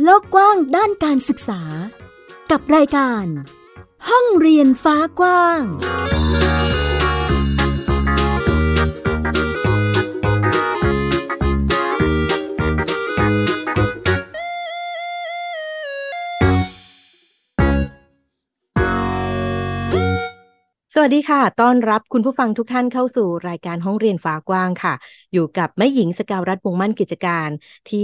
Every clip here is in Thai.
โลกกว้างด้านการศึกษากับรายการห้องเรียนฟ้ากว้างสวัสดีค่ะต้อนรับคุณผู้ฟังทุกท่านเข้าสู่รายการห้องเรียนฟ้ากว้างค่ะอยู่กับแม่หญิงสกาวรัตน์วงศ์มั่นกิจการที่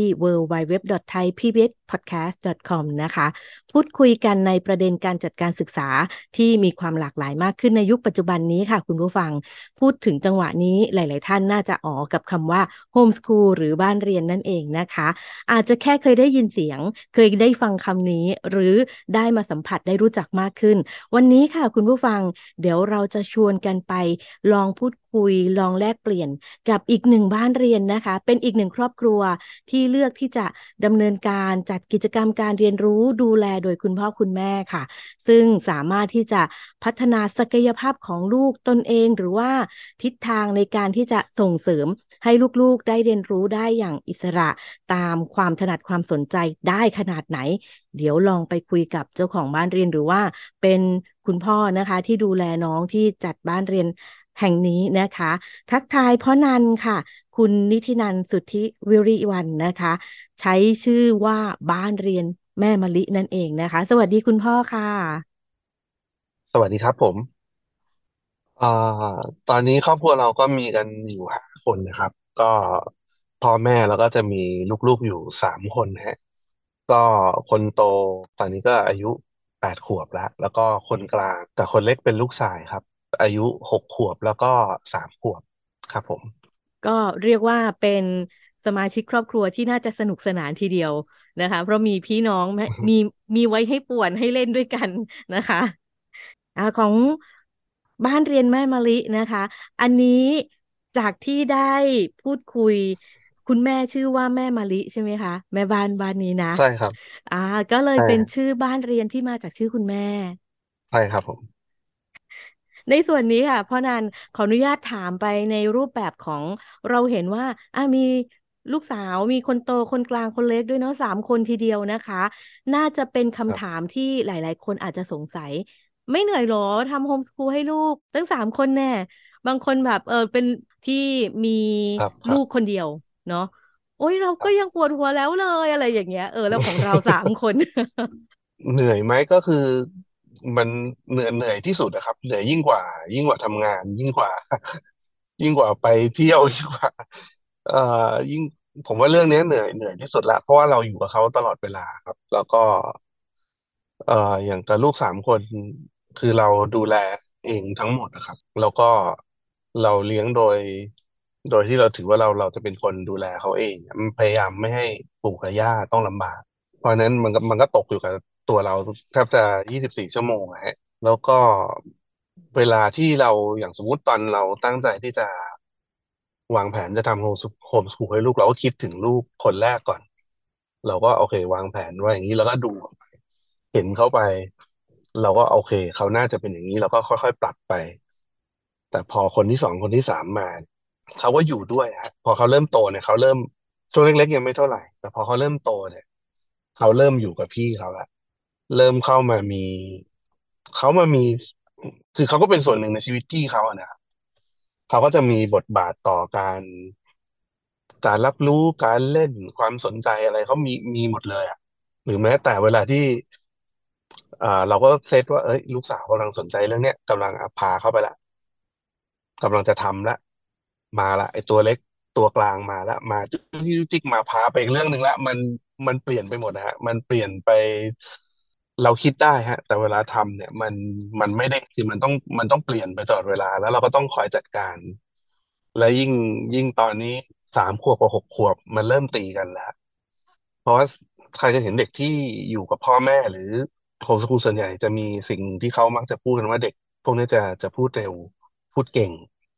www.thaipbspodcast.com นะคะพูดคุยกันในประเด็นการจัดการศึกษาที่มีความหลากหลายมากขึ้นในยุคปัจจุบันนี้ค่ะคุณผู้ฟังพูดถึงจังหวะนี้หลายๆท่านน่าจะอ๋อกับคำว่า homeschool หรือบ้านเรียนนั่นเองนะคะอาจจะแค่เคยได้ยินเสียงเคยได้ฟังคำนี้หรือได้มาสัมผัสได้รู้จักมากขึ้นวันนี้ค่ะคุณผู้ฟังเดี๋ยวเราจะชวนกันไปลองพูดคุยลองแลกเปลี่ยนกับอีกหนึ่งบ้านเรียนนะคะเป็นอีกหนึ่งครอบครัวที่เลือกที่จะดำเนินการจัดกิจกรรมการเรียนรู้ดูแลโดยคุณพ่อคุณแม่ค่ะซึ่งสามารถที่จะพัฒนาศักยภาพของลูกตนเองหรือว่าทิศทางในการที่จะส่งเสริมให้ลูกๆได้เรียนรู้ได้อย่างอิสระตามความถนัดความสนใจได้ขนาดไหนเดี๋ยวลองไปคุยกับเจ้าของบ้านเรียนหรือว่าเป็นคุณพ่อนะคะที่ดูแลน้องที่จัดบ้านเรียนแห่งนี้นะคะทักทายพ่อนันค่ะคุณนิธินันท์สุทธิวิริวันนะคะใช้ชื่อว่าบ้านเรียนแม่มะลินั่นเองนะคะสวัสดีคุณพ่อค่ะสวัสดีครับผมอ่าตอนนี้ครอบครัวเราก็มีกันอยู่5 คนนะครับก็พ่อแม่แล้วก็จะมีลูกๆอยู่3 คนฮะก็คนโตตอนนี้ก็อายุ8 ขวบแล้วก็คนกลางแต่คนเล็กเป็นลูกชายครับอายุ6 ขวบแล้วก็3 ขวบครับผมก็เรียกว่าเป็นสมาชิกครอบครัวที่น่าจะสนุกสนานทีเดียวนะคะเพราะมีพี่น้องมีมีไว้ให้ป่วนให้เล่นด้วยกันนะคะของบ้านเรียนแม่มะลินะคะอันนี้จากที่ได้พูดคุยคุณแม่ชื่อว่าแม่มะลิใช่ไหมคะแม่บ้านนี้นะใช่ครับอ่าก็เลยใช่เป็นชื่อบ้านเรียนที่มาจากชื่อคุณแม่ใช่ครับผมในส่วนนี้ค่ะพ่อนันขออนุญาตถามไปในรูปแบบของเราเห็นว่ามีลูกสาวมีคนโตคนกลางคนเล็กด้วยเนาะ3 คนทีเดียวนะคะน่าจะเป็นคคำถารับมที่หลายๆคนอาจจะสงสัยไม่เหนื่อยหรอทำโฮมสคูลให้ลูกตั้ง3 คนแน่บางคนแบบเป็นที่มีลูครับครับกคนเดียวเนาะโอ้ยเราก็ยังครับปวดหัวแล้วเลยอะไรอย่างเงี้ยแล้วของเรา3 คนเหนื่อยไหมก็คือมันเหนื่อยที่สุดนะครับเหนื่อยยิ่งกว่าทำงานยิ่งกว่าไปเที่ยวยิ่งกว่าเอ่อยิ่งผมว่าเรื่องนี้เหนื่อยที่สุดละเพราะว่าเราอยู่กับเขาตลอดเวลาครับแล้วก็เอ่ออย่างกับลูก3 คนคือเราดูแลเองทั้งหมดนะครับแล้วก็เราเลี้ยงโดยที่เราถือว่าเราจะเป็นคนดูแลเขาเองพยายามไม่ให้ปู่กับย่าต้องลำบาก เพราะฉะนั้นมันก็ตกอยู่กับตัวเราแทบจะ24 ชั่วโมงอะฮะแล้วก็เวลาที่เราอย่างสมมุติตอนเราตั้งใจที่จะวางแผนจะทำโฮมสคูลให้ลูกเราก็คิดถึงลูกคนแรกก่อนเราก็โอเควางแผนว่าอย่างนี้เราก็ดูไปเห็นเขาไปเราก็โอเคเขาน่าจะเป็นอย่างนี้เราก็ค่อยๆปรับไปแต่พอคนที่ 2คนที่ 3มาเขาก็อยู่ด้วยฮะพอเขาเริ่มโตเนี่ยเขาเริ่มช่วงเล็กๆยังไม่เท่าไหร่แต่พอเขาเริ่มโตเนี่ย เขาเริ่มอยู่กับพี่เขาละเริ่มเข้ามามีเขามามีคือเขาก็เป็นส่วนหนึ่งในชีวิตพี่เขาอะนะครับเขาก็จะมีบทบาทต่อการรับรู้การเล่นความสนใจอะไรเขามีหมดเลยอะหรือแม้แต่เวลาที่เราก็เซตว่าเอ้ยลูกสาวกำลังสนใจเรื่องเนี้ยกำลังพาเข้าไปละกำลังจะทำละมาละไอตัวเล็กตัวกลางมาละมาจุ๊กจิ๊กมาพาไปอีกเรื่องหนึ่งละมันเปลี่ยนไปหมดนะฮะมันเปลี่ยนไปเราคิดได้ฮะแต่เวลาทำเนี่ยมันไม่ได้คือมันต้องเปลี่ยนไปตลอดเวลาแล้วเราก็ต้องคอยจัดการและยิ่งตอนนี้3 ขวบกับ6 ขวบมันเริ่มตีกันแล้วเพราะว่าใครจะเห็นเด็กที่อยู่กับพ่อแม่หรือโฮมสคูลส่วนใหญ่จะมีสิ่งที่เขามักจะพูดกันว่าเด็กพวกนี้จะพูดเร็วพูดเก่ง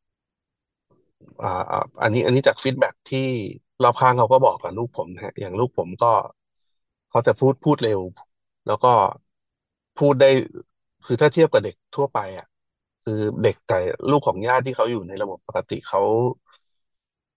อันนี้จากฟีดแบ็กที่รอบข้างเขาก็บอกกับลูกผมนะฮะอย่างลูกผมก็เขาจะพูดเร็วแล้วก็พูดได้คือถ้าเทียบกับเด็กทั่วไปอ่ะคือเด็กกับลูกของญาติที่เขาอยู่ในระบบปกติเขา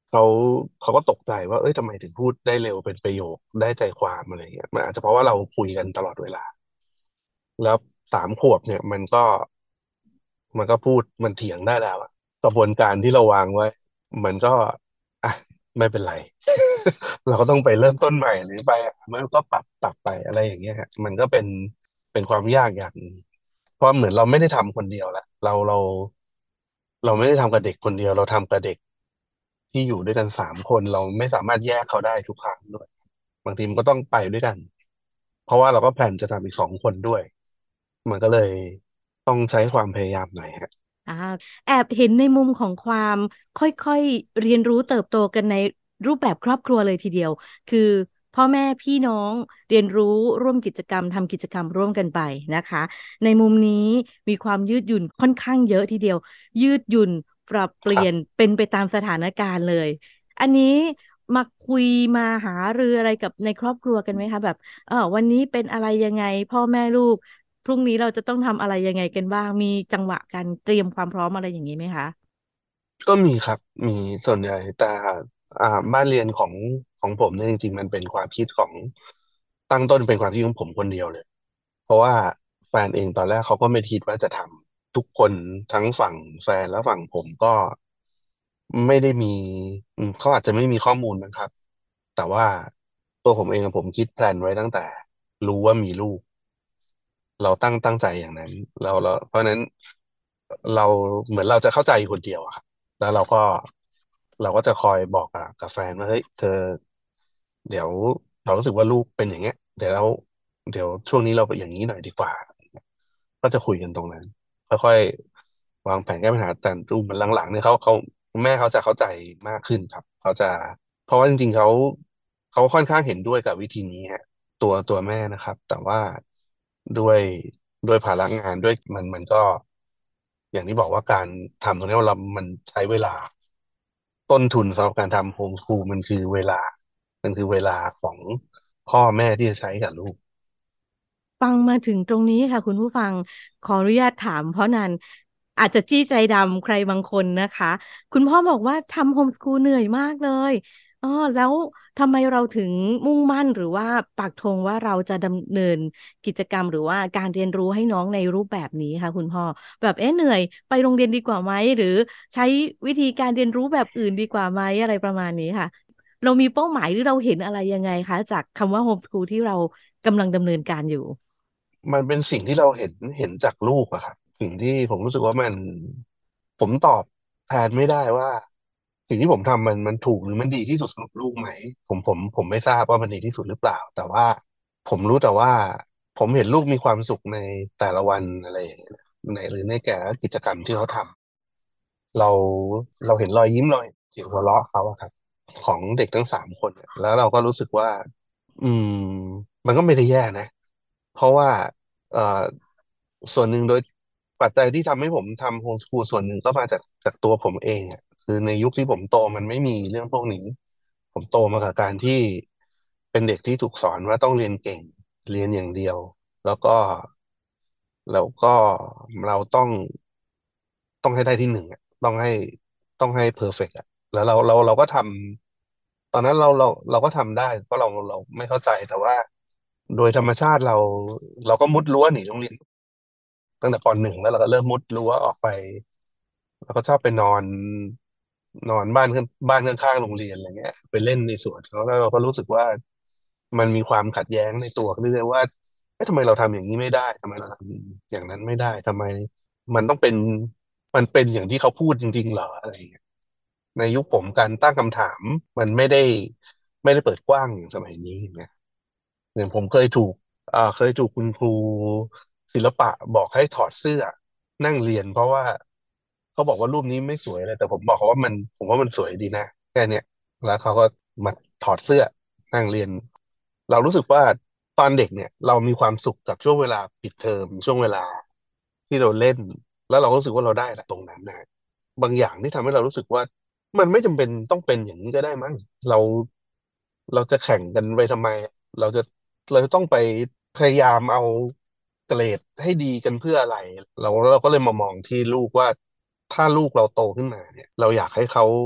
เขาเขาก็ตกใจว่าเอ้ยทำไมถึงพูดได้เร็วเป็นประโยคได้ใจความอะไรเงี้ยมันอาจจะเพราะว่าเราคุยกันตลอดเวลาแล้ว3 ขวบเนี่ยมันก็พูดมันเถียงได้แล้วอะกระบวนการที่เราวางไว้มันก็อ่ะไม่เป็นไรเราก็ต้องไปเริ่มต้นใหม่หรือไปมันก็ปรับไปอะไรอย่างเงี้ยฮะมันก็เป็นความยากอย่างหนึ่งเพราะเหมือนเราไม่ได้ทำคนเดียวละเราไม่ได้ทำกับเด็กคนเดียวเราทำกับเด็กที่อยู่ด้วยกัน3 คนเราไม่สามารถแยกเขาได้ทุกครั้งด้วยบางทีมันก็ต้องไปด้วยกันเพราะว่าเราก็แพลนจะทำอีก2 คนด้วยมันก็เลยต้องใช้ความพยายามหน่อยฮะอ่าแอบเห็นในมุมของความค่อยๆเรียนรู้เติบโตกันในรูปแบบครอบครัวเลยทีเดียวคือพ่อแม่พี่น้องเรียนรู้ร่วมกิจกรรมทำกิจกรรมร่วมกันไปนะคะในมุมนี้มีความยืดหยุ่นค่อนข้างเยอะทีเดียวยืดหยุ่นปรับเปลี่ยนเป็นไปตามสถานการณ์เลยอันนี้มาคุยมาหารืออะไรกับในครอบครัวกันไหมคะแบบวันนี้เป็นอะไรยังไงพ่อแม่ลูก พรุ่งนี้เราจะต้องทำอะไรยังไงกันบ้าง มีจังหวะการเตรียมความพร้อมอะไรอย่างนี้ไหมคะก็มีครับมีส่วนใหญ่แต่อ่าบ้านเรียนของผมเนี่ยจริงๆมันเป็นความคิดของตั้งต้นเป็นความคิดของผมคนเดียวเลยเพราะว่าแฟนเองตอนแรกเขาก็ไม่คิดว่าจะทำทุกคนทั้งฝั่งแฟนและฝั่งผมก็ไม่ได้มีเขาอาจจะไม่มีข้อมูลนะครับแต่ว่าตัวผมเองอะผมคิดแพลนไว้ตั้งแต่รู้ว่ามีลูก เราตั้งใจอย่างนั้นเราเพราะฉะนั้นเราเหมือนเราจะเข้าใจคนเดียวอะครับแล้วเราก็จะคอยบอกกับแฟนว่าเฮ้ยเธอเดี๋ยวเรารู้สึกว่าลูกเป็นอย่างเงี้ยเดี๋ยวช่วงนี้เราไปอย่างนี้หน่อยดีกว่าก็จะคุยกันตรงนั้นค่อยๆวางแผนแก้ปัญหาแต่ดูเหมือนหลังๆเนี่ยเขาแม่เขาจะเข้าใจมากขึ้นครับเขาจะเพราะว่าจริงๆเขาค่อนข้างเห็นด้วยกับวิธีนี้ฮะ ตัวแม่นะครับแต่ว่าด้วยด้วยภาระงานด้วยมันก็อย่างที่บอกว่าการทำตรงนี้มันใช้เวลาต้นทุนสำหรับการทำโฮมสคูลมันคือเวลาของพ่อแม่ที่จะใช้กับลูกฟังมาถึงตรงนี้ค่ะคุณผู้ฟังขออนุญาตถามเพราะนั้นอาจจะจี้ใจดำใครบางคนนะคะคุณพ่อบอกว่าทำโฮมสคูลเหนื่อยมากเลยอ๋อแล้วทำไมเราถึงมุ่งมั่นหรือว่าปักธงว่าเราจะดำเนินกิจกรรมหรือว่าการเรียนรู้ให้น้องในรูปแบบนี้ค่ะคุณพ่อแบบเหนื่อยไปโรงเรียนดีกว่าไหมหรือใช้วิธีการเรียนรู้แบบอื่นดีกว่าไหมอะไรประมาณนี้ค่ะเรามีเป้าหมายหรือเราเห็นอะไรยังไงคะจากคำว่าโฮมสคูลที่เรากำลังดำเนินการอยู่มันเป็นสิ่งที่เราเห็นจากลูกอะครับสิ่งที่ผมรู้สึกว่าผมตอบแทนไม่ได้ว่าสิ่งที่ผมทำมันถูกหรือมันดีที่สุดสำหรับลูกไหมผมไม่ทราบว่ามันดีที่สุดหรือเปล่าแต่ว่าผมรู้แต่ว่าผมเห็นลูกมีความสุขในแต่ละวันอะไรอย่างเงี้ยหรือในแก่ละกิจกรรมที่เขาทำเราเห็นรอยยิ้มเราเห็นเสียงหัวเราะเขาอะครับของเด็กทั้ง3 คนเนี่ยแล้วเราก็รู้สึกว่าอืมมันก็ไม่ได้แย่นะ เพราะว่าเอ่อส่วนหนึ่งโดยปัจจัยที่ทำให้ผมทำโฮมสคูลส่วนหนึ่งก็มาจากตัวผมเองอ่ะคือในยุคที่ผมโตมันไม่มีเรื่องพวกนี้ผมโตมากับการที่เป็นเด็กที่ถูกสอนว่าต้องเรียนเก่งเรียนอย่างเดียวแล้วก็แล้วก็เราต้องให้ได้ที่ 1อ่ะต้องให้เพอร์เฟกต์อ่ะแล้วเราก็ทำตอนนั้นเราก็ทำได้เพราะเราไม่เข้าใจแต่ว่าโดยธรรมชาติเราก็มุดรั้วหนีโรงเรียนตั้งแต่ป .1แล้วเราก็เริ่มมุดรั้วออกไปแล้วก็ชอบไปนอนบ้านข้างๆโรงเรียนอะไรเงี้ยไปเล่นในสวนเขาแล้วเราก็รู้สึกว่ามันมีความขัดแย้งในตัวเรื่อยๆว่าเอ๊ะทำไมเราทำอย่างนี้ไม่ได้ทำไมเราทำอย่างนั้นไม่ได้ทำไมมันต้องเป็นมันเป็นอย่างที่เขาพูดจริงๆเหรออะไรอย่างเงี้ยในยุคผมการตั้งคำถามมันไม่ได้เปิดกว้างอย่างสมัยนี้อย่างเงี้ยอย่างผมเคยถูกคุณครูศิลปะบอกให้ถอดเสื้อนั่งเรียนเพราะว่าเขาบอกว่ารูปนี้ไม่สวยเลยแต่ผมว่ามันสวยดีนะแค่เนี้ยแล้วเขาก็มาถอดเสื้อนั่งเรียนเรารู้สึกว่าตอนเด็กเนี่ยเรามีความสุขกับช่วงเวลาปิดเทอมช่วงเวลาที่เราเล่นแล้วเราก็รู้สึกว่าเราได้แหละตรงนั้นนะบางอย่างที่ทำให้เรารู้สึกว่ามันไม่จำเป็นต้องเป็นอย่างนี้ก็ได้มั้งเราเราจะแข่งกันไปทำไมเราจะ เราจะต้องไปพยายามเอาเกรดให้ดีกันเพื่ออะไรเราก็เลยมามองที่ลูกว่าถ้าลูกเราโตขึ้นมาเนี่ยเราอยากให้เขา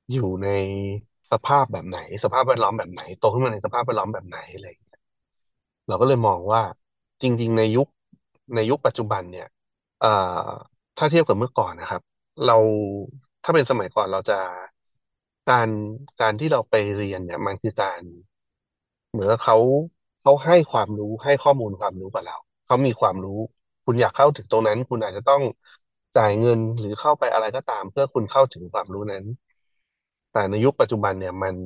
อยู่ในสภาพแบบไหนสภาพแวดล้อมแบบไหนโตขึ้นมาในสภาพแวดล้อมแบบไหนอะไรอย่างเงี้ยเราก็เลยมองว่าจริงๆในยุคปัจจุบันเนี่ยเอ่อถ้าเทียบกับเมื่อก่อนนะครับเราถ้าเป็นสมัยก่อนเราจะการการที่เราไปเรียนเนี่ยมันคือการเหมือนกับเขาให้ความรู้ให้ข้อมูลความรู้กับเราเขามีความรู้คุณอยากเข้าถึงตรงนั้นคุณอาจจะต้องจ่ายเงินหรือเข้าไปอะไรก็ตามเพื่อคุณเข้าถึงความรู้นั้นแต่ในยุคปัจจุบันเนี่ยมัน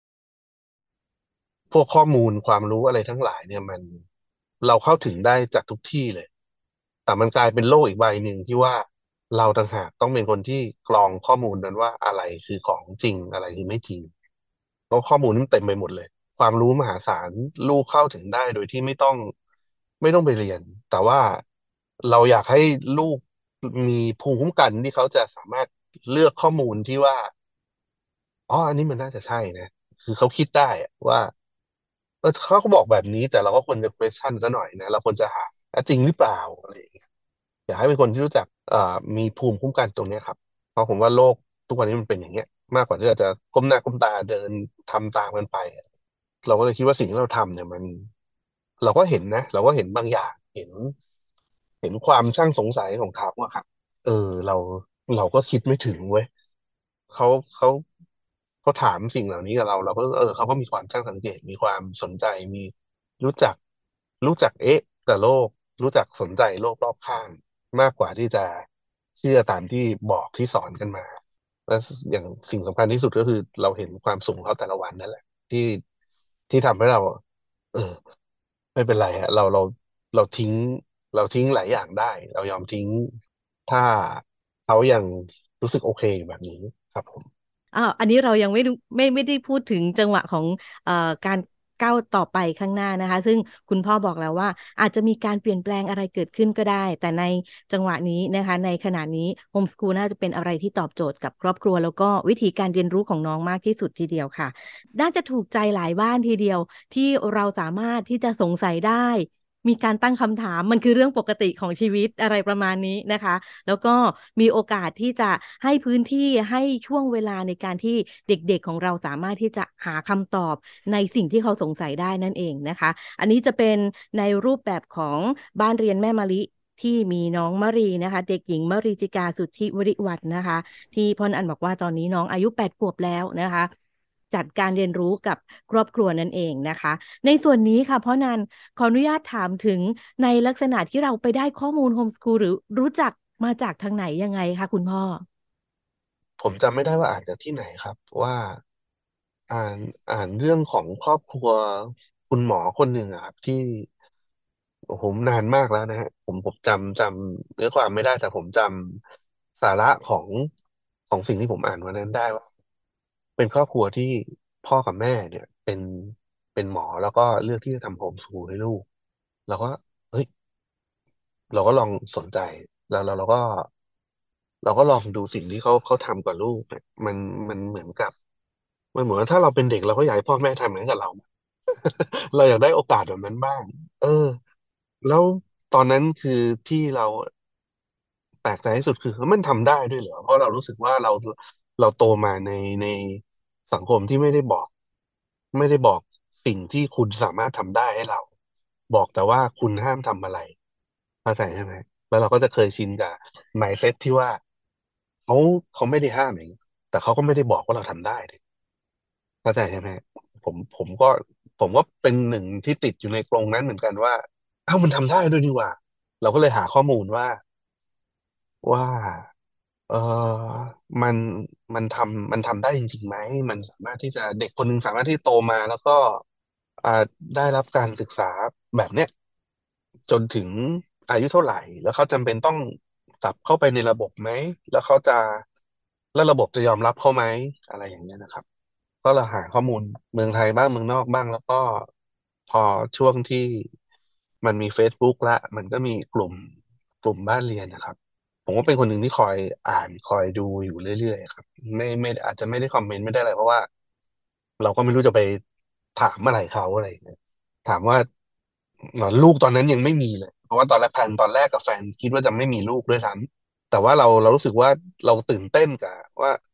พวกข้อมูลความรู้อะไรทั้งหลายเนี่ยมันเราเข้าถึงได้จากทุกที่เลยแต่มันกลายเป็นโลกอีกใบหนึ่งที่ว่าเราต่างหากต้องเป็นคนที่กรองข้อมูลนั้นว่าอะไรคือของจริงอะไรคือไม่จริงเพราะข้อมูลนี่มันเต็มไปหมดเลยความรู้มหาศาลลูกเข้าถึงได้โดยที่ไม่ต้องไปเรียนแต่ว่าเราอยากให้ลูกมีภูมิคุ้มกันที่เขาจะสามารถเลือกข้อมูลที่ว่า อ๋ออันนี้มันน่าจะใช่นะคือเขาคิดได้อะว่าเขาก็บอกแบบนี้แต่เราก็ควรจะ question ซะหน่อยนะเราควรจะหาจริงหรือเปล่าอะไรอย่างเงี้ยอยากให้เป็นคนที่รู้จักมีภูมิคุ้มกันตรงเนี้ยครับเพราะผมว่าโลกทุกวันนี้มันเป็นอย่างเงี้ยมากกว่าที่เราจะก้มหน้าก้มตาเดินทำตามกันไปเราก็เลยคิดว่าสิ่งที่เราทำเนี่ยมันเราก็เห็นนะเราก็เห็นบางอย่างเห็นความช่างสงสัยของเขาอะครับเออเราเราก็คิดไม่ถึงเว้ย เขาเขาเขาถามสิ่งเหล่านี้กับเราก็เขาก็มีความช่างสังเกตมีความสนใจมีรู้จักรู้จักกับโลกรู้จักสนใจโลกรอบข้างมากกว่าที่จะเชื่อตามที่บอกที่สอนกันมาและอย่างสิ่งสำคัญที่สุดก็คือเราเห็นความสูงเขาแต่ละวันนั่นแหละที่ที่ทำให้เราเออไม่เป็นไรฮะเราทิ้งเราทิ้งหลายอย่างได้เรายอมทิ้งถ้าเขายังรู้สึกโอเคอยู่แบบนี้ครับผมอันนี้เรายังไม่ได้พูดถึงจังหวะของการก้าวต่อไปข้างหน้านะคะซึ่งคุณพ่อบอกแล้วว่าอาจจะมีการเปลี่ยนแปลงอะไรเกิดขึ้นก็ได้แต่ในจังหวะนี้นะคะในขณะนี้โฮมสคูลน่าจะเป็นอะไรที่ตอบโจทย์กับครอบครัวแล้วก็วิธีการเรียนรู้ของน้องมากที่สุดทีเดียวค่ะน่าจะถูกใจหลายบ้านทีเดียวที่เราสามารถที่จะสงสัยได้มีการตั้งคำถามมันคือเรื่องปกติของชีวิตอะไรประมาณนี้นะคะ แล้วก็มีโอกาสที่จะให้พื้นที่ให้ช่วงเวลาในการที่เด็กๆของเราสามารถที่จะหาคำตอบในสิ่งที่เขาสงสัยได้นั่นเองนะคะอันนี้จะเป็นในรูปแบบของบ้านเรียนแม่มะลิที่มีน้องมะรีนะคะเด็กหญิงมะรีจิกาสุทธิวริวัฒน์นะคะที่พ่ออันบอกว่าตอนนี้น้องอายุ8 ขวบแล้วนะคะจัดการเรียนรู้กับครอบครัวนั่นเองนะคะในส่วนนี้ค่ะพ่อนันขออนุญาตถามถึงในลักษณะที่เราไปได้ข้อมูลโฮมสคูลหรือรู้จัก มาจากทางไหนยังไงคะคุณพ่อผมจำไม่ได้ว่าอ่านจากที่ไหนครับว่าอ่านอ่านเรื่องของครอบครัวคุณหมอคนหนึ่งอะครับที่โอ้โหนานมากแล้วนะฮะผมจำเนื้อความไม่ได้แต่ผมจำสาระของสิ่งที่ผมอ่านวันนั้นได้ว่าเป็นครอบครัวที่พ่อกับแม่เนี่ยเป็นหมอแล้วก็เลือกที่จะทำโฮมสคูลให้ลูกเราก็เฮ้ย เราก็ลองสนใจแล้วเราก็ลองดูสิ่งที่เขาทำกับลูกเนี่ยมันเหมือนกับมันเหมือนว่าถ้าเราเป็นเด็กเราก็อยากให้พ่อแม่ทำเหมือนกับเราเราอยากได้โอกาสแบบนั้นบ้างเออแล้วตอนนั้นคือที่เราแปลกใจที่สุดคือมันทำได้ด้วยเหรอเพราะเรารู้สึกว่าเราโตมาในสังคมที่ไม่ได้บอกสิ่งที่คุณสามารถทำได้ให้เราบอกแต่ว่าคุณห้ามทำอะไรเข้าใจใช่ไหม แล้วเราก็จะเคยชินกับ mindset ที่ว่าเขาเขาไม่ได้ห้ามเองแต่เขาก็ไม่ได้บอกว่าเราทำได้ดิเข้าใจใช่ไหมผมผมก็ผมก็เป็นหนึ่งที่ติดอยู่ในกรงนั้นเหมือนกันว่าเอ้ามันทำได้ด้วยนี่หว่าเราก็เลยหาข้อมูลว่าเออมันมันทำได้จริงๆไหมมันสามารถที่จะเด็กคนหนึ่งสามารถที่โตมาแล้วก็อ่าได้รับการศึกษาแบบเนี้ยจนถึงอายุเท่าไหร่แล้วเขาจำเป็นต้องกลับเข้าไปในระบบไหมแล้วเขาจะแล้วระบบจะยอมรับเขาไหมอะไรอย่างเงี้ยนะครับก็เราหาข้อมูลเมืองไทยบ้างเมืองนอกบ้างแล้วก็พอช่วงที่มันมี Facebook ละมันก็มีกลุ่มบ้านเรียนนะครับ ผมก็เป็นคนหนึ่งที่คอยอ่านคอยดูอยู่เรื่อยๆครับไม่อาจจะไม่ได้คอมเมนต์ไม่ได้อะไรเพราะว่าเราก็ไม่รู้จะไปถามอะไรเขาอะไรอย่างเงี้ยถามว่าลูกตอนนั้นยังไม่มีเลยเพราะว่าตอนแรกแพลนตอนแรกกับแฟนคิดว่าจะไม่มีลูกด้วยซ้ำแต่ว่าเรารู้สึกว่าเราตื่นเต้นกับว่า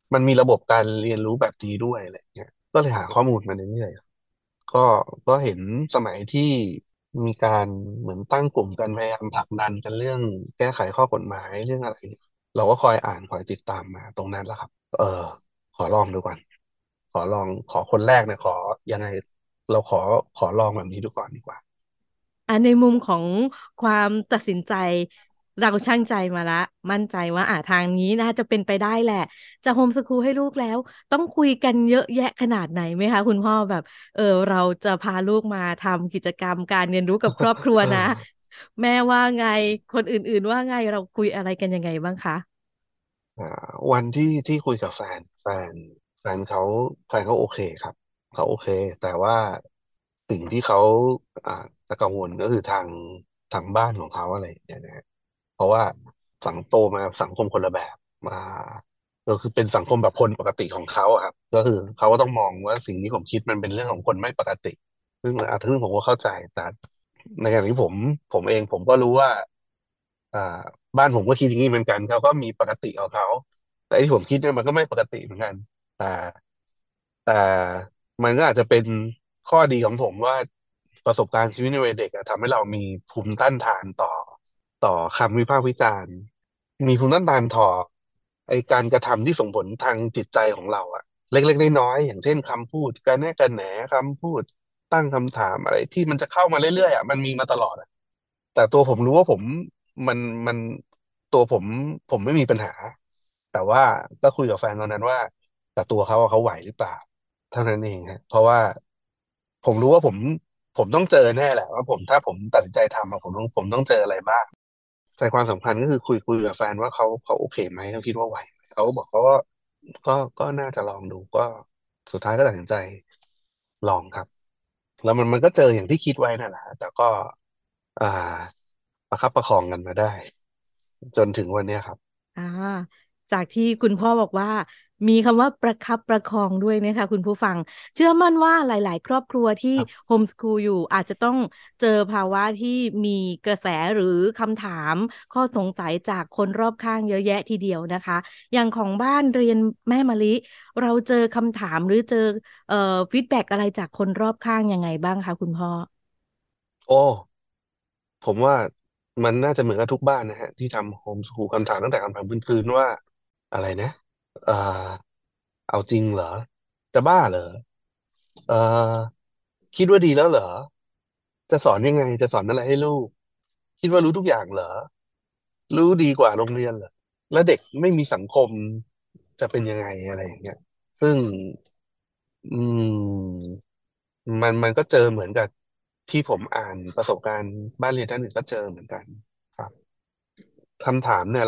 มันมีระบบการเรียนรู้แบบนี้ด้วยอะไรเงี้ยก็เลยหาข้อมูลมาเรื่อยๆก็เห็นสมัยที่มีการเหมือนตั้งกลุ่มกันพยายามผลักดันกันเรื่องแก้ไขข้อกฎหมายเรื่องอะไรเนี่ยเราก็คอยอ่านคอยติดตามมาตรงนั้นแหละครับขอลองดูก่อนขอลองขอคนแรกเนี่ยขอยังไงเราขอลองแบบนี้ดูก่อนดีกว่าในมุมของความตัดสินใจเราชั่งใจมาละมั่นใจว่าทางนี้น่าจะเป็นไปได้แหละจะโฮมสคูลให้ลูกแล้วต้องคุยกันเยอะแยะขนาดไหนไหมคะคุณพ่อแบบเราจะพาลูกมาทำกิจกรรมการเรียนรู้กับครอบครัวเออนะแม่ว่าไงคนอื่นๆว่าไงเราคุยอะไรกันยังไงบ้างคะอ่าวันที่คุยกับแฟนเขาแฟนเขาโอเคครับเขาโอเคแต่ว่าสิ่งที่เขาอ่าจะกังวลก็คือทางบ้านของเขาอะไรอย่างเงี้ยนะฮะเพราะว่าโตมาสังคมคนละแบบมาก็คือเป็นสังคมแบบคนปกติของเขาอะครับก็คือเขาก็ต้องมองว่าสิ่งที่ผมคิดมันเป็นเรื่องของคนไม่ปกติซึ่งผมก็เข้าใจแต่ในขณะที่ผมเองผมก็รู้ว่าอ่า บ้านผมก็คิดอย่างนี้เหมือนกันเขาก็มีปกติของเขาแต่ที่ผมคิดเนี่ยมันก็ไม่ปกติเหมือนกันแต่แต่มันก็อาจจะเป็นข้อดีของผมว่าประสบการณ์ชีวิตในวัยเด็กอะทำให้เรามีภูมิต้านทานต่อคำวิพากษ์วิจารณ์มีภูมิต้านทานต่อไอการกระทำที่ส่งผลทางจิตใจของเราอะเล็กๆน้อยๆอย่างเช่นคำพูดการแนะกระแหนคำพูดตั้งคำถามอะไรที่มันจะเข้ามาเรื่อยๆอะมันมีมาตลอดอะ แต่ตัวผมรู้ว่ามันมันตัวผมไม่มีปัญหาแต่ว่าก็คุยกับแฟนตอนนั้นว่าแต่ตัวเขาอะเขาไหวหรือเปล่าเท่านั้นเองฮะเพราะว่าผมรู้ว่าผมต้องเจอแน่แหละว่าถ้าผมตัดสินใจทำอะผมต้องเจออะไรบ้างใจความสำคัญก็คือคุยกับแฟนว่าเขาโอเคไหมเขาคิดว่าไหวไหมเขาก็บอกเขาก็น่าจะลองดูก็สุดท้ายก็ตัดสินใจลองครับแล้วมันก็เจออย่างที่คิดไว้นั่นแหละแต่ก็ อ่าประคับประคองกันมาได้จนถึงวันเนี้ยครับอ่าจากที่คุณพ่อบอกว่ามีคำว่าประคับประคองด้วยนะคะคุณผู้ฟังเชื่อมั่นว่าหลายๆครอบครัวที่ครับโฮมสคูลอยู่อาจจะต้องเจอภาวะที่มีกระแสหรือคำถามข้อสงสัยจากคนรอบข้างเยอะแยะทีเดียวนะคะอย่างของบ้านเรียนแม่มะลิเราเจอคำถามหรือเจอเอ่อฟีดแบ็กอะไรจากคนรอบข้างยังไงบ้างคะคุณพ่อโอ้ผมว่ามันน่าจะเหมือนกับทุกบ้านนะฮะที่ทำโฮมสคูลคำถามตั้งแต่คำถามพื้นๆว่าอะไรนะเอ่อเอาจริงเหรอจะบ้าเหรอเอ่อคิดว่าดีแล้วเหรอจะสอนยังไงจะสอนอะไรให้ลูกคิดว่ารู้ทุกอย่างเหรอรู้ดีกว่าโรงเรียนเหรอแล้วเด็กไม่มีสังคมจะเป็นยังไงอะไรอย่างเงี้ยซึ่ง อืมมันก็เจอเหมือนกับที่ผมอ่านประสบการณ์บ้านเรียนท่านอื่นก็เจอเหมือนกันครับคำถามเนี่ย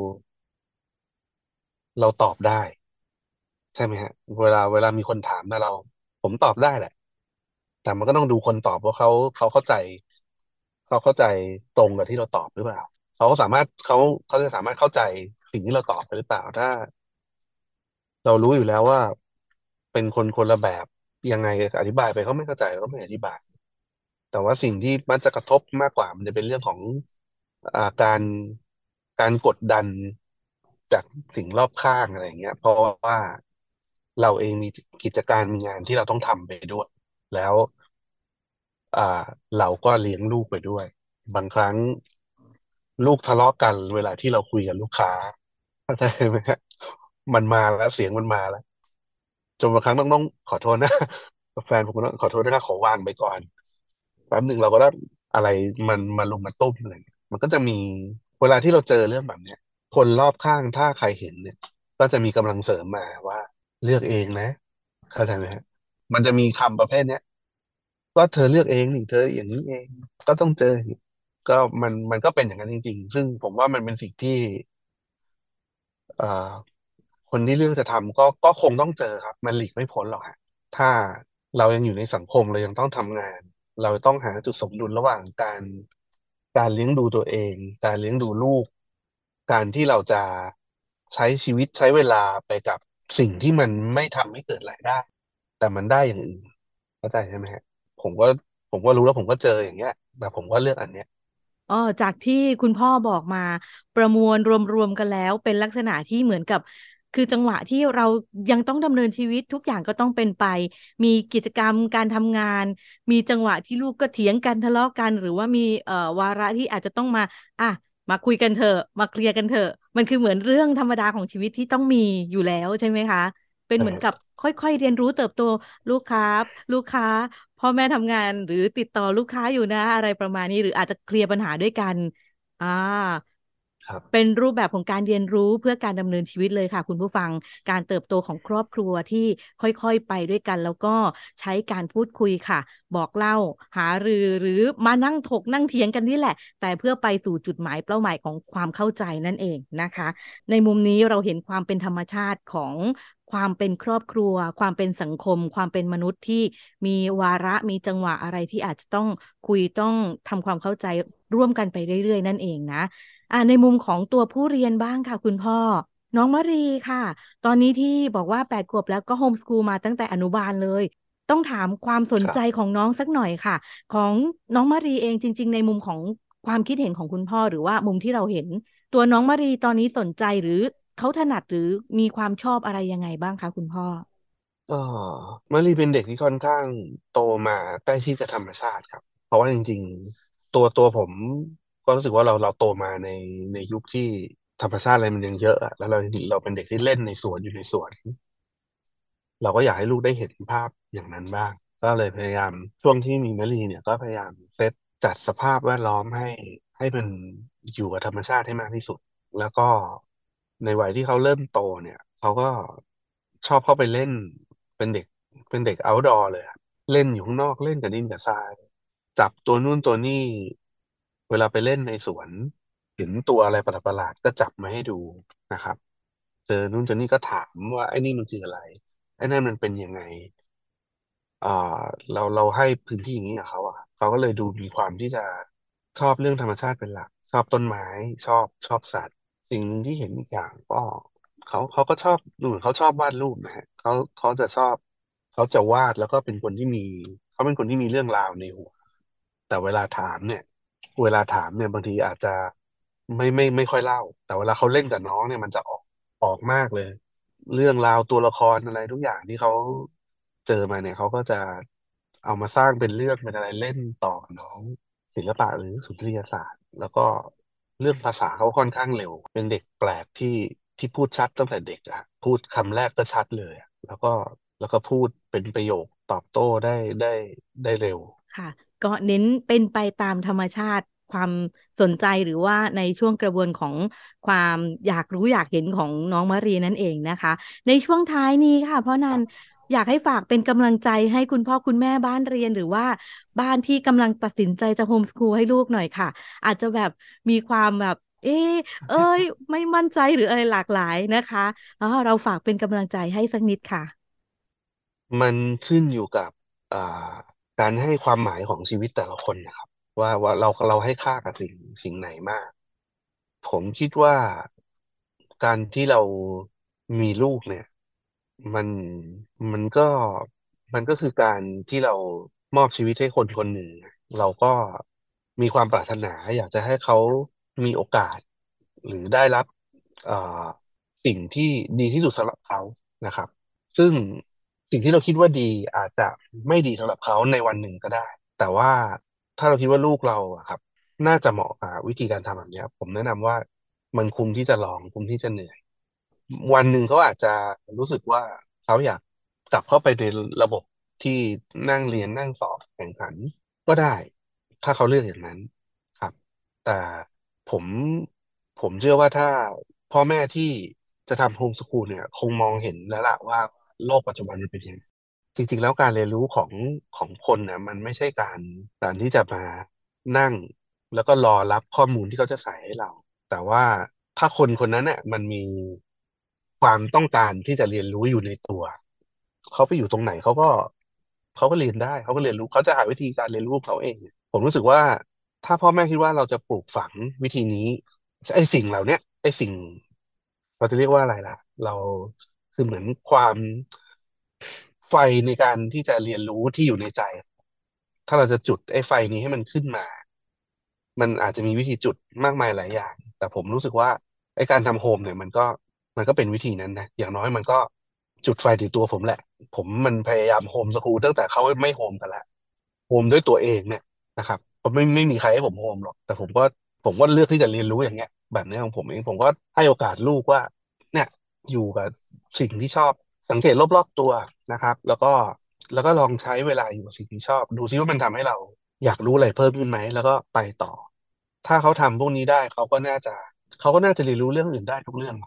เราตอบได้ใช่ไหมฮะเวลามีคนถามนะผมตอบได้แหละแต่มันก็ต้องดูคนตอบว่าเขาเข้าใจตรงกับที่เราตอบหรือเปล่าเขาจะสามารถเข้าใจสิ่งที่เราตอบไปหรือเปล่าถ้าเรารู้อยู่แล้วว่าเป็นคนคนละแบบยังไงอธิบายไปเขาไม่เข้าใจเราก็ไม่อธิบาย แต่ว่าสิ่งที่มันจะกระทบมากกว่ามันจะเป็นเรื่องของอ่าการการกดดันจากสิ่งรอบข้างอะไรอย่างเงี้ยเพราะว่าเราเองมีกิจการมีงานที่เราต้องทำไปด้วยแล้วอ่าเราก็เลี้ยงลูกไปด้วยบางครั้งลูกทะเลาะกันเวลาที่เราคุยกับลูกค้าเข้าใจไหมฮะมันมาแล้วเสียงมันมาแล้วจนบางครั้งต้องขอโทษนะแฟนผมก็ต้องขอโทษนะครับขอวางไปก่อน แป๊บหนึ่งเราก็ได้อะไรมันมาลุมมาตุ้มอะไรเงี้ยมันก็จะมีเวลาที่เราเจอเรื่องแบบเนี้ยคนรอบข้างถ้าใครเห็นเนี่ยก็จะมีกำลังเสริมมาว่าเลือกเองนะเข้าใจไหมฮะมันจะมีคำประเภทเนี้ยก็เธอเลือกเองนี่เธออย่างนี้เองก็ต้องเจอก็มันก็เป็นอย่างนั้นจริงๆซึ่งผมว่ามันเป็นสิ่งที่เอ่อคนที่เลือกจะทำก็คงต้องเจอครับมันหลีกไม่พ้นหรอกฮะถ้าเรายังอยู่ในสังคมเรายังต้องทำงาน เราต้องหาจุดสมดุลระหว่างการเลี้ยงดูตัวเองการเลี้ยงดูลูกการที่เราจะใช้ชีวิตใช้เวลาไปกับสิ่งที่มันไม่ทำให้เกิดรายได้แต่มันได้อย่างอื่นเข้าใจใช่ไหมฮะผมก็ผมก็รู้แล้วผมก็เจออย่างเงี้ยแต่ผมก็เลือกอันเนี้ยจากที่คุณพ่อบอกมาประมวลรวมๆกันแล้วเป็นลักษณะที่เหมือนกับคือจังหวะที่เรายังต้องดำเนินชีวิตทุกอย่างก็ต้องเป็นไปมีกิจกรรมการทำงานมีจังหวะที่ลูกก็เถียงกันทะเลาะกันหรือว่ามีวาระที่อาจจะต้องมาอ่ะมาคุยกันเถอะมาเคลียร์กันเถอะมันคือเหมือนเรื่องธรรมดาของชีวิตที่ต้องมีอยู่แล้วใช่ไหมคะเป็นเหมือนกับค่อยๆเรียนรู้เติบโตลูกค้าลูกค้าพ่อแม่ทำงานหรือติดต่อลูกค้าอยู่นะอะไรประมาณนี้หรืออาจจะเคลียร์ปัญหาด้วยกันอ่าครับเป็นรูปแบบของการเรียนรู้เพื่อการดำเนินชีวิตเลยค่ะคุณผู้ฟังการเติบโตของครอบครัวที่ค่อยๆไปด้วยกันแล้วก็ใช้การพูดคุยค่ะบอกเล่าหารือหรือมานั่งถกนั่งเถียงกันนี่แหละแต่เพื่อไปสู่จุดหมายเป้าหมายของความเข้าใจนั่นเองนะคะในมุมนี้เราเห็นความเป็นธรรมชาติของความเป็นครอบครัวความเป็นสังคมความเป็นมนุษย์ที่มีวาระมีจังหวะอะไรที่อาจจะต้องคุยต้องทำความเข้าใจร่วมกันไปเรื่อยๆนั่นเองนะ ในมุมของตัวผู้เรียนบ้างค่ะคุณพ่อน้องมะรีค่ะตอนนี้ที่บอกว่า8 ขวบแล้วก็โฮมสคูลมาตั้งแต่อนุบาลเลยต้องถามความสนใจครับของน้องสักหน่อยค่ะของน้องมะรีเองจริงๆในมุมของความคิดเห็นของคุณพ่อหรือว่ามุมที่เราเห็นตัวน้องมะรีตอนนี้สนใจหรือเขาถนัดหรือมีความชอบอะไรยังไงบ้างคะคุณพ่อเออมารีเป็นเด็กที่ค่อนข้างโตมาใกล้ชิดกับธรรมชาติครับเพราะว่าจริงๆตัวผมก็รู้สึกว่าเราโตมาในยุคที่ธรรมชาติอะไรมันยังเยอะอะแล้วเราเป็นเด็กที่เล่นในสวนอยู่ในสวน เราก็อยากให้ลูกได้เห็นภาพอย่างนั้นบ้างก็เลยพยายามช่วงที่มีมะลีเนี่ยก็พยายามเซตจัดสภาพแวดล้อมให้มันอยู่กับธรรมชาติให้มากที่สุดแล้วก็ในวัยที่เขาเริ่มโตเนี่ยเขาก็ชอบเข้าไปเล่นเป็นเด็กเป็นเด็ก outdoor เลยอะเล่นอยู่ข้างนอกเล่นกับดินกับทรายจับตัวนู่นตัวนี่เวลาไปเล่นในสวนเห็นตัวอะไรประหลาดๆก็จับมาให้ดูนะครับเจอนู่นเจอนี่ก็ถามว่าไอ้นี่มันคืออะไร ไอ้นั่นมันเป็นยังไงอ่าเราให้พื้นที่อย่างนี้กับเขาอ่ะเขาก็เลยดูมีความที่จะชอบเรื่องธรรมชาติเป็นหลักชอบต้นไม้ชอบสัตว์สิ่งหนึ่งที่เห็นอีกอย่างก็เขาก็ชอบดูเหมือนเขาชอบวาดรูปนะฮะเขาจะชอบเขาจะวาดแล้วก็เป็นคนที่มีเขาเป็นคนที่มีเรื่องราวในหัวแต่เวลาถามเนี่ยบางทีอาจจะไม่ค่อยเล่าแต่เวลาเขาเล่นกับน้องเนี่ยมันจะออกมากเลย เรื่องราวตัวละครอะไรทุกอย่างที่เขาเจอมาเนี่ยเขาก็จะเอามาสร้างเป็นเรื่องเป็นอะไรเล่นต่อกับน้องศิลปะหรือสุนทรียศาสตร์แล้วก็เรื่องภาษาเขาค่อนข้างเร็วเป็นเด็กแปลกที่พูดชัดตั้งแต่เด็กอะพูดคำแรกก็ชัดเลยอะแล้วก็พูดเป็นประโยคตอบโต้ได้ได้เร็วค่ะก็เน้นเป็นไปตามธรรมชาติความสนใจหรือว่าในช่วงกระบวนของความอยากรู้อยากเห็นของน้องมารีนั่นเองนะคะในช่วงท้ายนี้ค่ะเพราะนันอยากให้ฝากเป็นกำลังใจให้คุณพ่อคุณแม่บ้านเรียนหรือว่าบ้านที่กำลังตัดสินใจจะโฮมสคูลให้ลูกหน่อยค่ะอาจจะแบบมีความแบบเอ๊ะเอ้ยไม่มั่นใจหรืออะไรหลากหลายนะคะเราฝากเป็นกำลังใจให้สักนิดค่ะมันขึ้นอยู่กับอ่าการให้ความหมายของชีวิตแต่ละคนนะครับว่าเราให้ค่ากับสิ่งไหนมาก ผมคิดว่าการที่เรามีลูกเนี่ยมันมันก็มันก็คือการที่เรามอบชีวิตให้คนคนหนึ่งเราก็มีความปรารถนาอยากจะให้เขามีโอกาสหรือได้รับเอ่อสิ่งที่ดีที่สุดสำหรับเขานะครับซึ่งสิ่งที่เราคิดว่าดีอาจจะไม่ดีสำหรับเขาในวันหนึ่งก็ได้ แต่ว่าถ้าเราคิดว่าลูกเราอะครับน่าจะเหมาะกับวิธีการทำแบบเนี้ยผมแนะนำว่ามันคุ้มที่จะลองคุ้มที่จะเหนื่อยวันหนึ่งเขาอาจจะรู้สึกว่าเขาอยากกลับเข้าไปในระบบที่นั่งเรียนนั่งสอบแข่งขันก็ได้ถ้าเขาเลือกอย่างนั้นครับแต่ผมผมเชื่อว่าถ้าพ่อแม่ที่จะทำโฮมสคูลเนี่ยคงมองเห็นแล้วล่ะว่าโลกปัจจุบันมันเป็นยังไง จริงๆแล้วการเรียนรู้ของคนเนี่ยมันไม่ใช่การที่จะมานั่งแล้วก็รอรับข้อมูลที่เขาจะใส่ให้เราแต่ว่าถ้าคนคนนั้นเนี่ยมันมีความต้องการที่จะเรียนรู้อยู่ในตัวเขาไปอยู่ตรงไหนเขาก็เรียนได้เขาก็เรียนรู้เขาจะหาวิธีการเรียนรู้ของเขาเองผมรู้สึกว่าถ้าพ่อแม่คิดว่าเราจะปลูกฝังวิธีนี้ไอ้สิ่งเหล่าเนี้ยไอ้สิ่งเราจะเรียกว่าอะไรล่ะเราคือเหมือนความไฟในการที่จะเรียนรู้ที่อยู่ในใจ ถ้าเราจะจุดไอ้ไฟนี้ให้มันขึ้นมา มันอาจจะมีวิธีจุดมากมายหลายอย่าง แต่ผมรู้สึกว่าไอ้การทำโฮมเนี่ยมันก็มันก็เป็นวิธีนั้นนะอย่างน้อยมันก็จุดไฟติดตัวผมแหละผมมันพยายามโฮมสคูลตั้งแต่เขาไม่โฮมกันละโฮมด้วยตัวเองเนี่ยนะครับผมไม่มีใครให้ผมโฮมหรอกแต่ผมก็เลือกที่จะเรียนรู้อย่างเงี้ยแบบนี้ของผมเองผมก็ให้โอกาสลูกว่าเนี่ยอยู่กับสิ่งที่ชอบสังเกตรอบๆตัวนะครับแล้วก็ลองใช้เวลาอยู่กับสิ่งที่ชอบดูซิว่ามันทำให้เราอยากรู้อะไรเพิ่มขึ้นไหมแล้วก็ไปต่อถ้าเขาทำพวกนี้ได้เขาก็น่าจะเรียนรู้เรื่องอื่นได้ทุกเรื่อง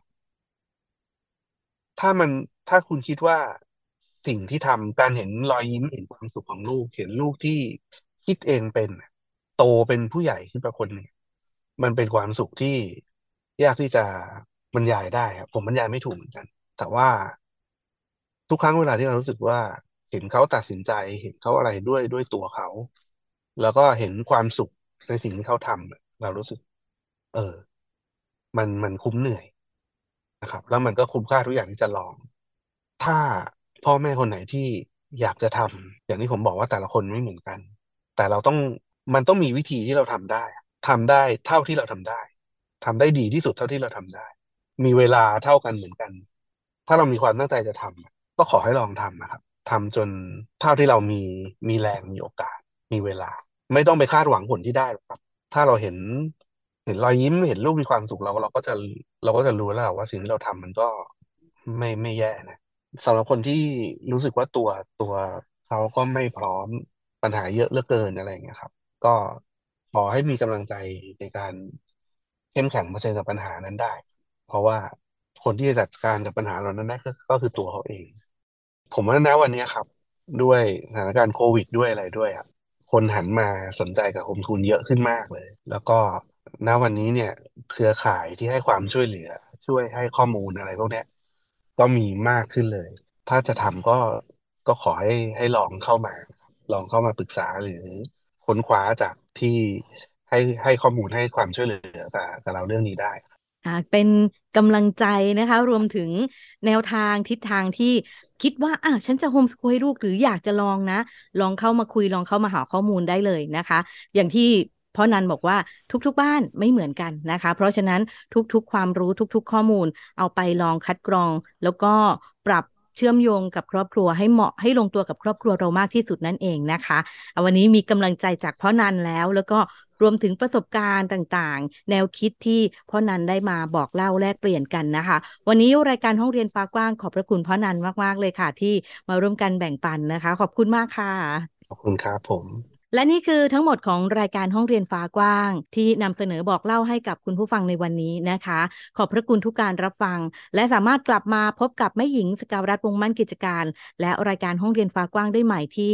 ถ้ามันถ้าคุณคิดว่าสิ่งที่ทำการเห็นรอยยิ้มเห็นความสุขของลูกเห็นลูกที่คิดเองเป็นโตเป็นผู้ใหญ่ขึ้นมาคนหนึ่งมันเป็นความสุขที่ยากที่จะบรรยายได้ครับผมบรรยายไม่ถูกเหมือนกันแต่ว่าทุกครั้งเวลาที่เรารู้สึกว่าเห็นเขาตัดสินใจเห็นเขาอะไรด้วยตัวเขาแล้วก็เห็นความสุขในสิ่งที่เขาทำเรารู้สึกเออมันคุ้มเหนื่อยนะครับแล้วมันก็คุ้มค่าทุกอย่างที่จะลอง ถ้าพ่อแม่คนไหนที่อยากจะทำอย่างที่ผมบอกว่าแต่ละคนไม่เหมือนกันแต่มันต้องมีวิธีที่เราทำได้เท่าที่เราทำได้ทำได้ดีที่สุดเท่าที่เราทำได้มีเวลาเท่ากันเหมือนกันถ้าเรามีความตั้งใจจะทำก็ขอให้ลองทำนะครับทำจนเท่าที่เรามีแรงมีโอกาสมีเวลาไม่ต้องไปคาดหวังผลที่ได้หรอกครับถ้าเราเห็นรอยยิ้มเห็นลูกมีความสุขเราก็จะรู้แล้วว่าสิ่งที่เราทำมันก็ไม่แย่นะ สำหรับคนที่รู้สึกว่าตัวเขาก็ไม่พร้อมปัญหาเยอะเหลือเกินอะไรอย่างเงี้ยครับก็ขอให้มีกำลังใจในการเข้มแข็งเผชิญกับปัญหานั้นได้เพราะว่าคนที่จะจัดการกับปัญหาเหล่านั้นได้ก็คือตัวเขาเองผมว่านะวันนี้ครับด้วยสถานการณ์โควิดด้วยอะไรด้วยครับคนหันมาสนใจกับโฮมทูนเยอะขึ้นมากเลยแล้วก็ณวันนี้เนี่ยเครือข่ายที่ให้ความช่วยเหลือช่วยให้ข้อมูลอะไรพวกเนี้ยก็มีมากขึ้นเลย ถ้าจะทำก็ขอให้ลองเข้ามาปรึกษาหรือค้นคว้าจากที่ให้ข้อมูลให้ความช่วยเหลือกับเราเรื่องนี้ได้เป็นกำลังใจนะคะรวมถึงแนวทางทิศทางที่คิดว่าฉันจะโฮมสคูลให้ลูกหรืออยากจะลองนะลองเข้ามาคุยลองเข้ามาหาข้อมูลได้เลยนะคะอย่างที่พ่อนันบอกว่าทุกๆบ้านไม่เหมือนกันนะคะเพราะฉะนั้นทุกๆความรู้ทุกๆข้อมูลเอาไปลองคัดกรองแล้วก็ปรับเชื่อมโยงกับครอบครัวให้เหมาะให้ลงตัวกับครอบครัวเรามากที่สุดนั่นเองนะคะวันนี้มีกำลังใจจากพ่อนันแล้วก็รวมถึงประสบการณ์ต่างๆแนวคิดที่พ่อนันได้มาบอกเล่าแลกเปลี่ยนกันนะคะวันนี้รายการห้องเรียนฟ้ากว้างขอบพระคุณพ่อนันมากๆเลยค่ะที่มาร่วมกันแบ่งปันนะคะขอบคุณมากค่ะขอบคุณครับผมและนี่คือทั้งหมดของรายการห้องเรียนฟ้ากว้างที่นำเสนอบอกเล่าให้กับคุณผู้ฟังในวันนี้นะคะขอบพระคุณทุกการรับฟังและสามารถกลับมาพบกับแม่หญิงสกาวรัตน์วงศ์มั่นกิจการและรายการห้องเรียนฟ้ากว้างได้ใหม่ที่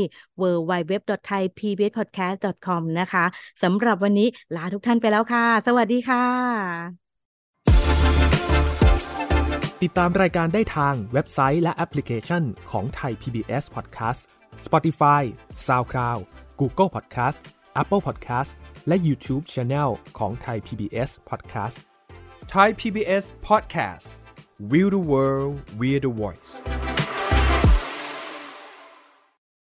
www.thaipbspodcast.com นะคะสำหรับวันนี้ลาทุกท่านไปแล้วค่ะสวัสดีค่ะติดตามรายการได้ทางเว็บไซต์และแอปพลิเคชันของ Thai PBS Podcast Spotify SoundCloud Google Podcast Apple Podcast และ YouTube Channel ของ Thai PBS Podcast Thai PBS Podcast We the World We the Voice